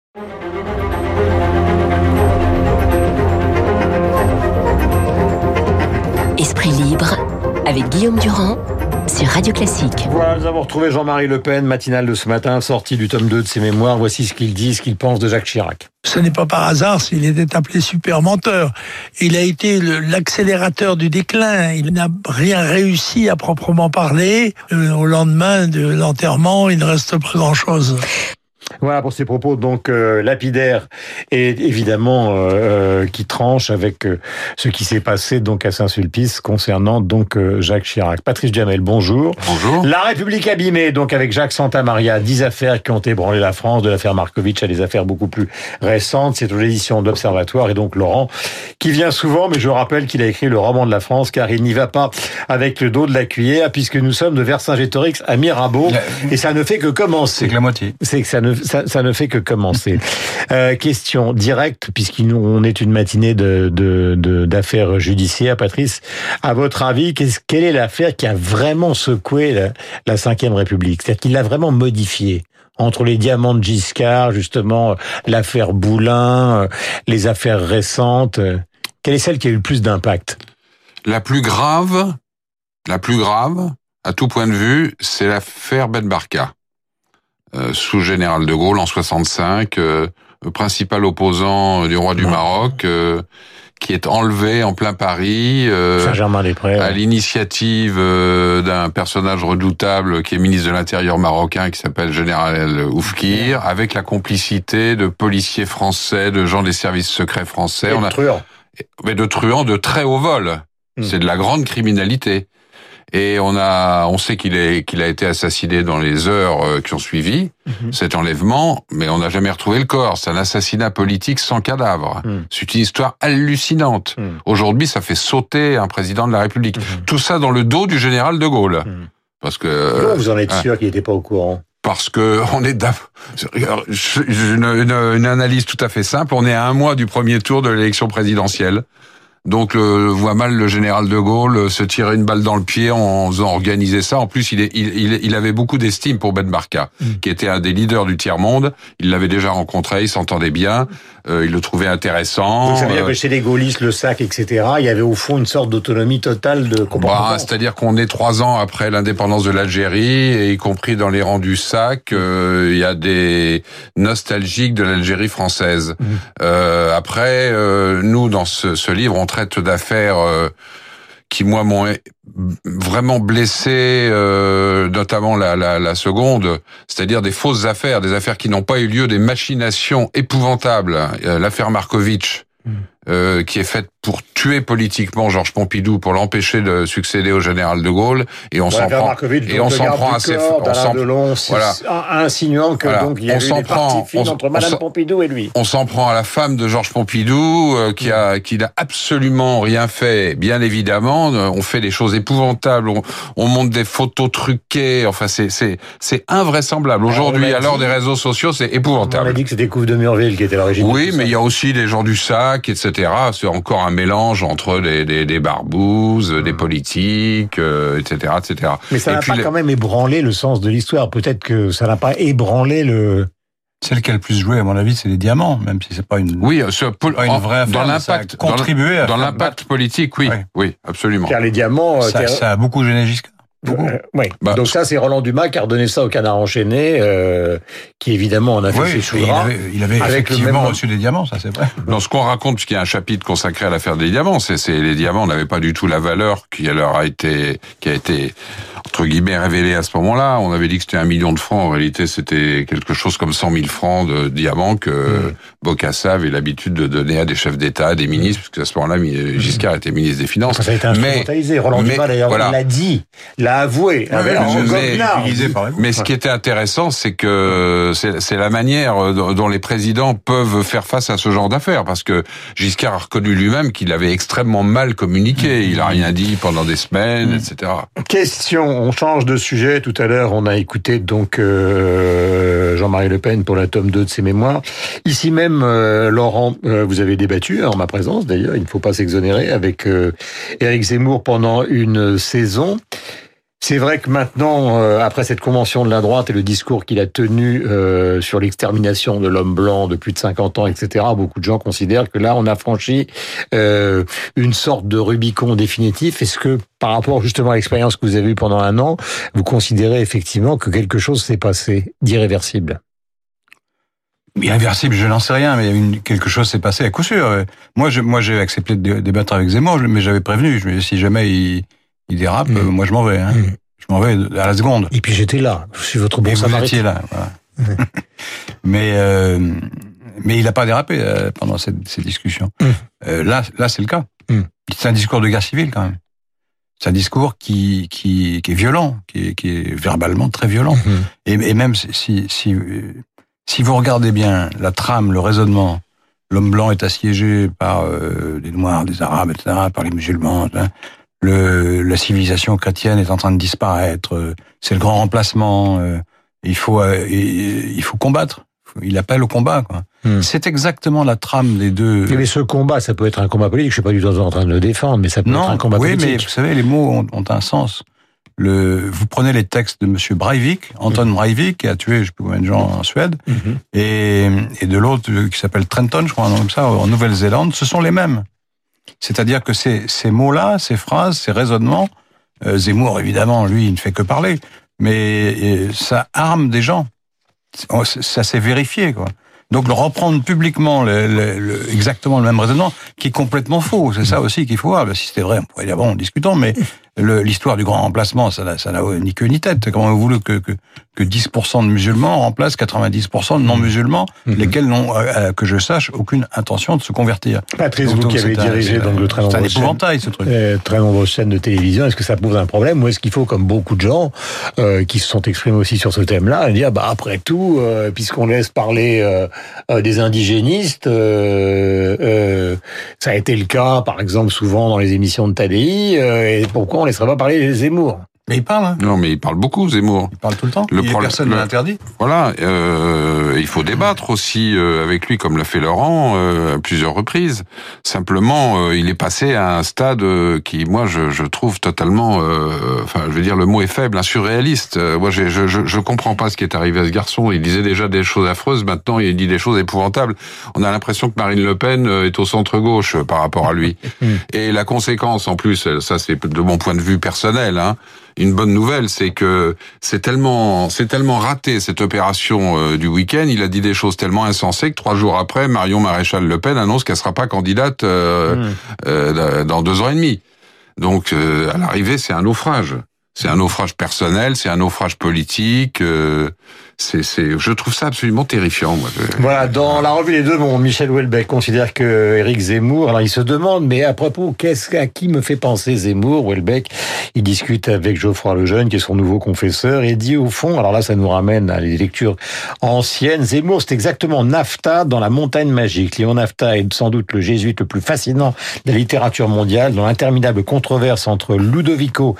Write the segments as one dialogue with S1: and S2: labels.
S1: Esprit libre avec Guillaume Durand sur Radio Classique.
S2: Voilà, nous avons retrouvé Jean-Marie Le Pen, matinale de ce matin, sorti du tome 2 de ses mémoires. Voici ce qu'il dit, ce qu'il pense de Jacques Chirac.
S3: Ce n'est pas par hasard s'il était appelé super menteur. Il a été l'accélérateur du déclin. Il n'a rien réussi à proprement parler. Au lendemain de l'enterrement, il ne reste pas grand-chose.
S2: Voilà pour ces propos donc lapidaires et évidemment qui tranchent avec ce qui s'est passé donc à Saint-Sulpice concernant donc Jacques Chirac. Patrice Duhamel, bonjour.
S4: Bonjour.
S2: La République abîmée donc avec Jacques Santamaria, 10 affaires qui ont ébranlé la France, de l'affaire Markovitch à des affaires beaucoup plus récentes. C'est aux éditions d'Observatoire et donc Laurent qui vient souvent, mais je rappelle qu'il a écrit le roman de la France car il n'y va pas avec le dos de la cuillère puisque nous sommes de Vercingétorix à Mirabeau et ça ne fait que commencer.
S4: C'est que la moitié.
S2: C'est que ça ne fait que commencer. Question directe, puisqu'on est une matinée d'affaires judiciaires. Patrice, à votre avis, quelle est l'affaire qui a vraiment secoué la Ve République? C'est-à-dire qu'il l'a vraiment modifiée? Entre les diamants de Giscard, justement, l'affaire Boulin, les affaires récentes, quelle est celle qui a eu le plus d'impact?
S4: La plus grave, à tout point de vue, c'est l'affaire Ben Barka. Sous général de Gaulle en 65, principal opposant du roi du Maroc, qui est enlevé en plein Paris
S2: Saint-Germain-des-Prés,
S4: à l'initiative d'un personnage redoutable qui est ministre de l'Intérieur marocain, qui s'appelle Général Oufkir, avec la complicité de policiers français, de gens des services secrets français.
S2: truands.
S4: Mais de truands de très haut vol. C'est de la grande criminalité. Et on sait qu'il a été assassiné dans les heures qui ont suivi cet enlèvement, mais on n'a jamais retrouvé le corps. C'est un assassinat politique sans cadavre. C'est une histoire hallucinante. Aujourd'hui, ça fait sauter un président de la République. Tout ça dans le dos du général de Gaulle. Parce que
S2: vous en êtes sûr qu'il n'était pas au courant?
S4: Parce que on est une analyse tout à fait simple. On est à un mois du premier tour de l'élection présidentielle. Donc, voit mal le général de Gaulle se tirer une balle dans le pied en faisant organiser ça. En plus, il avait beaucoup d'estime pour Ben Barka, qui était un des leaders du tiers-monde. Il l'avait déjà rencontré, il s'entendait bien, il le trouvait intéressant.
S2: Donc, ça veut dire que chez les gaullistes, le SAC, etc., il y avait au fond une sorte d'autonomie totale de comportement.
S4: C'est-à-dire qu'on est 3 ans après l'indépendance de l'Algérie, et y compris dans les rangs du SAC, il y a des nostalgiques de l'Algérie française. Après, nous, dans ce livre, on traite d'affaires qui, moi, m'ont vraiment blessé, notamment la seconde, c'est-à-dire des fausses affaires, des affaires qui n'ont pas eu lieu, des machinations épouvantables. L'affaire Markovitch, qui est faite pour tuer politiquement Georges Pompidou, pour l'empêcher de succéder au général de Gaulle, et on s'en prend assez,
S2: voilà, insinuant que donc il y avait des parties fines entre Madame Pompidou et lui.
S4: On s'en prend à la femme de Georges Pompidou, qui n'a absolument rien fait. Bien évidemment, on fait des choses épouvantables, on monte des photos truquées. Enfin, c'est invraisemblable. Aujourd'hui, à l'heure des réseaux sociaux, c'est épouvantable.
S2: On a dit que c'était Couve de Murville qui était l'origine.
S4: Oui, mais il y a aussi des gens du SAC, etc. C'est encore un mélange entre des barbouzes, des politiques, etc., etc.
S2: Mais ça n'a pas quand même ébranlé le sens de l'histoire. Peut-être que ça n'a pas ébranlé le...
S5: Celle qui a le plus joué, à mon avis, c'est les diamants, même si c'est pas une,
S4: pas une
S5: vraie affaire.
S4: Dans l'impact, dans l'impact politique, oui, absolument.
S2: Car les diamants...
S5: ça a beaucoup gêné Giscard.
S2: Oui. Donc ça, c'est Roland Dumas qui a redonné ça au Canard enchaîné, qui évidemment en a fait ses choux gras.
S5: Il avait effectivement reçu des diamants, ça c'est vrai.
S4: Dans ce qu'on raconte, puisqu'il y a un chapitre consacré à l'affaire des diamants, c'est les diamants n'avaient pas du tout la valeur qui a été entre guillemets révélée à ce moment-là. On avait dit que c'était 1 million de francs. En réalité, c'était quelque chose comme 100 000 francs de diamants que Bokassa avait l'habitude de donner à des chefs d'État, à des ministres, puisque à ce moment-là, Giscard était ministre des Finances.
S2: Ça a été instrumentalisé. Roland Dumas, d'ailleurs, il l'a dit. L'a avoué.
S4: Mais ce qui était intéressant, c'est que c'est la manière dont les présidents peuvent faire face à ce genre d'affaires, parce que Giscard a reconnu lui-même qu'il avait extrêmement mal communiqué. Il a rien dit pendant des semaines, etc.
S2: Question, on change de sujet. Tout à l'heure, on a écouté donc Jean-Marie Le Pen pour la tome 2 de ses mémoires. Ici même, Laurent, vous avez débattu, en ma présence d'ailleurs, il ne faut pas s'exonérer, avec Éric Zemmour pendant une saison. C'est vrai que maintenant, après cette convention de la droite et le discours qu'il a tenu sur l'extermination de l'homme blanc de plus de 50 ans, etc., beaucoup de gens considèrent que là, on a franchi une sorte de Rubicon définitif. Est-ce que, par rapport justement à l'expérience que vous avez eue pendant un an, vous considérez effectivement que quelque chose s'est passé d'irréversible ?
S5: Irréversible, je n'en sais rien, mais quelque chose s'est passé à coup sûr. Moi, j'ai accepté de débattre avec Zemmour, mais j'avais prévenu. Je me dis, si jamais il dérape, moi je m'en vais. Hein. Je m'en vais à la seconde.
S2: Et puis j'étais là. Je suis votre bon samaritain.
S5: Vous étiez là. Voilà. mais il n'a pas dérapé pendant ces discussions. Là, c'est le cas. C'est un discours de guerre civile quand même. C'est un discours qui est violent, qui est verbalement très violent. Et même si vous regardez bien la trame, le raisonnement, l'homme blanc est assiégé par les Noirs, les Arabes, etc., par les musulmans. La civilisation chrétienne est en train de disparaître. C'est le grand remplacement. Il faut combattre. Il appelle au combat, quoi. C'est exactement la trame des deux.
S2: Mais ce combat, ça peut être un combat politique. Je suis pas du tout en train de le défendre, mais ça peut être un combat politique.
S5: Oui, mais vous savez, les mots ont un sens. Vous prenez les textes de Monsieur Breivik, Anton Breivik, qui a tué je sais pas combien de gens en Suède, et de l'autre qui s'appelle Trenton, je crois, un nom comme ça, en Nouvelle-Zélande, ce sont les mêmes. C'est-à-dire que ces mots-là, ces phrases, ces raisonnements, Zemmour, évidemment, lui, il ne fait que parler, mais ça arme des gens. Ça s'est vérifié, quoi. Donc, le reprendre publiquement exactement le même raisonnement, qui est complètement faux. C'est ça aussi qu'il faut voir. Si c'était vrai, on pourrait dire, bon, discutons, mais l'histoire du grand remplacement, ça n'a ni queue ni tête. Comment vous voulez que 10% de musulmans remplacent 90% de non-musulmans, lesquels n'ont, que je sache, aucune intention de se convertir.
S2: Patrice, vous qui avez dirigé donc de très nombreuses chaînes,
S5: épouvantail, ce truc.
S2: Très nombreuses chaînes de télévision, est-ce que ça pose un problème ou est-ce qu'il faut, comme beaucoup de gens qui se sont exprimés aussi sur ce thème-là, dire, après tout, puisqu'on laisse parler des indigénistes, ça a été le cas, par exemple, souvent dans les émissions de Tadei, et pourquoi on laisserait pas parler des Zemmour?
S5: Mais il parle, hein.
S4: Non, mais il parle beaucoup, Zemmour.
S5: Il parle tout le temps. Personne ne l'interdit.
S4: Voilà, il faut débattre aussi avec lui, comme l'a fait Laurent, à plusieurs reprises. Simplement, il est passé à un stade qui, moi, je trouve totalement, je veux dire, le mot est faible, surréaliste. Moi, je comprends pas ce qui est arrivé à ce garçon. Il disait déjà des choses affreuses, maintenant il dit des choses épouvantables. On a l'impression que Marine Le Pen est au centre-gauche par rapport à lui. Et la conséquence, en plus, ça c'est de mon point de vue personnel, hein, une bonne nouvelle, c'est que c'est tellement raté cette opération du week-end. Il a dit des choses tellement insensées que 3 jours après, Marion Maréchal Le Pen annonce qu'elle sera pas candidate dans 2 ans et demi. Donc à l'arrivée, c'est un naufrage. C'est un naufrage personnel, c'est un naufrage politique. Je trouve ça absolument terrifiant. Moi.
S2: Voilà, dans la revue Les Deux, Michel Houellebecq considère que Éric Zemmour, alors il se demande, mais à propos, à qui me fait penser Zemmour? Houellebecq, il discute avec Geoffroy Lejeune, qui est son nouveau confesseur, et dit au fond, alors là ça nous ramène à des lectures anciennes, Zemmour c'est exactement Nafta dans La Montagne Magique. Léon Nafta est sans doute le jésuite le plus fascinant de la littérature mondiale, dans l'interminable controverse entre Ludovico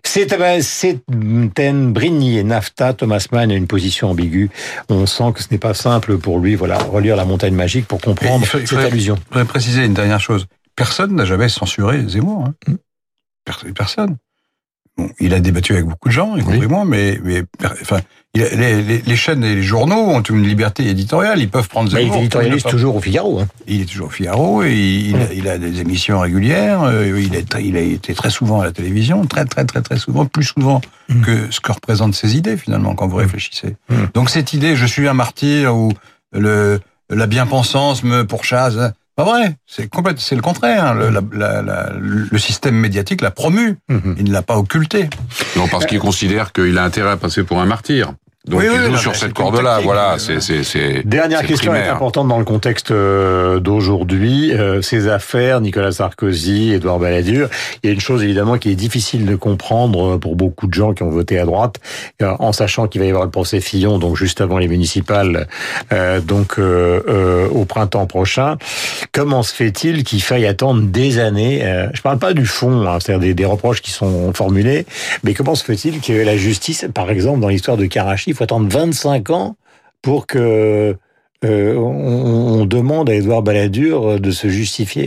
S2: Settembrini et Nafta, Thomas Mann a une position ambiguë. On sent que ce n'est pas simple pour lui, relire La Montagne Magique pour comprendre cette allusion.
S5: Je voudrais préciser une dernière chose. Personne n'a jamais censuré Zemmour. Hein. Personne. Bon, il a débattu avec beaucoup de gens, y compris moi, mais les chaînes et les journaux ont une liberté éditoriale. Ils peuvent prendre Zemmour.
S2: Il est éditorialiste toujours au Figaro. Hein.
S5: Il est toujours au Figaro et il a des émissions régulières. Il a été très souvent à la télévision, très souvent, plus souvent que ce que représentent ses idées finalement quand vous réfléchissez. Donc cette idée, je suis un martyr ou la bien-pensance me pourchasse. Pas vrai, c'est le contraire. Le système médiatique l'a promu, il ne l'a pas occulté.
S4: Non, parce qu'il considère qu'il a intérêt à passer pour un martyr. Donc il joue sur cette corde-là, voilà.
S2: Dernière question est importante dans le contexte d'aujourd'hui. Ces affaires, Nicolas Sarkozy, Édouard Balladur. Il y a une chose évidemment qui est difficile de comprendre pour beaucoup de gens qui ont voté à droite, en sachant qu'il va y avoir le procès Fillon, donc juste avant les municipales, au printemps prochain. Comment se fait-il qu'il faille attendre des années? Je parle pas du fond, hein, c'est-à-dire des reproches qui sont formulés, mais comment se fait-il que la justice, par exemple, dans l'histoire de Karachi, il faut attendre 25 ans pour que on demande à Édouard Balladur de se justifier.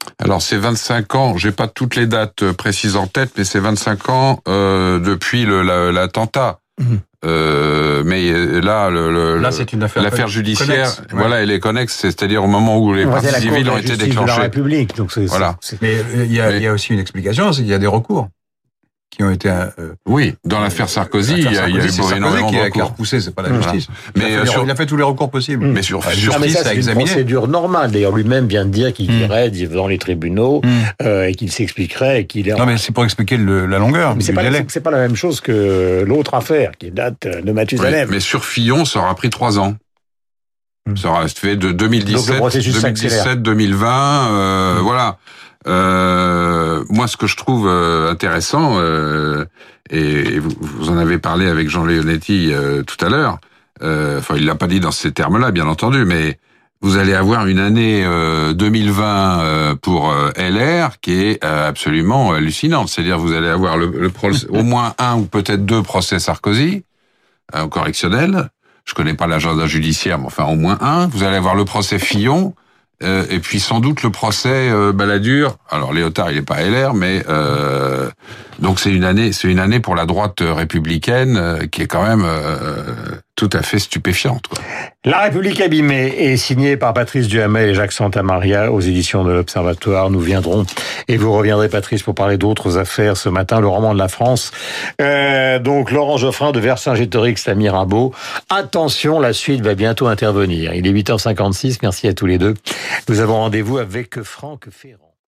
S4: Alors c'est 25 ans, j'ai pas toutes les dates précises en tête, mais c'est 25 ans depuis l'attentat. Mais là,
S5: c'est une affaire
S4: l'affaire judiciaire,
S5: connexe,
S4: voilà, elle est connexe, c'est-à-dire au moment où les parties civiles ont été déclenchées.
S2: De la République, donc
S4: voilà.
S5: Mais il y a aussi une explication, c'est qu'il y a des recours qui ont été.
S4: Oui, dans l'affaire Sarkozy, il y a eu énormément de recours.
S5: Qui a repoussé, c'est pas la justice.
S4: Mais
S5: il a fait tous les recours possibles.
S4: Mais sur
S2: ça, c'est une procédure normale. D'ailleurs, lui-même vient de dire qu'il irait devant les tribunaux et qu'il s'expliquerait et qu'il est.
S5: Non, mais c'est pour expliquer la longueur.
S2: Mais c'est pas la même chose que l'autre affaire qui date de Mathusalem.
S4: Oui, mais sur Fillon, ça aura pris 3 ans. Ça aura fait de 2017, 2020, voilà. Moi, ce que je trouve intéressant, et vous en avez parlé avec Jean Leonetti tout à l'heure, enfin, il l'a pas dit dans ces termes-là, bien entendu, mais vous allez avoir une année 2020 pour LR qui est absolument hallucinante. C'est-à-dire, vous allez avoir au moins un ou peut-être 2 procès Sarkozy, au correctionnel. Je connais pas l'agenda judiciaire, mais enfin, au moins un. Vous allez avoir le procès Fillon. Et puis sans doute le procès Balladur. Alors Léotard, il est pas LR, mais donc c'est une année pour la droite républicaine qui est quand même tout à fait stupéfiante, quoi.
S2: La République abîmée est signée par Patrice Duhamel et Jacques Santamaria aux éditions de l'Observatoire. Nous viendrons et vous reviendrez, Patrice, pour parler d'autres affaires ce matin. Le roman de la France. Donc Laurent Geoffrin de Vercingétorix à Mirabeau. Attention, la suite va bientôt intervenir. Il est 8h56. Merci à tous les deux. Nous avons rendez-vous avec Franck Ferrand.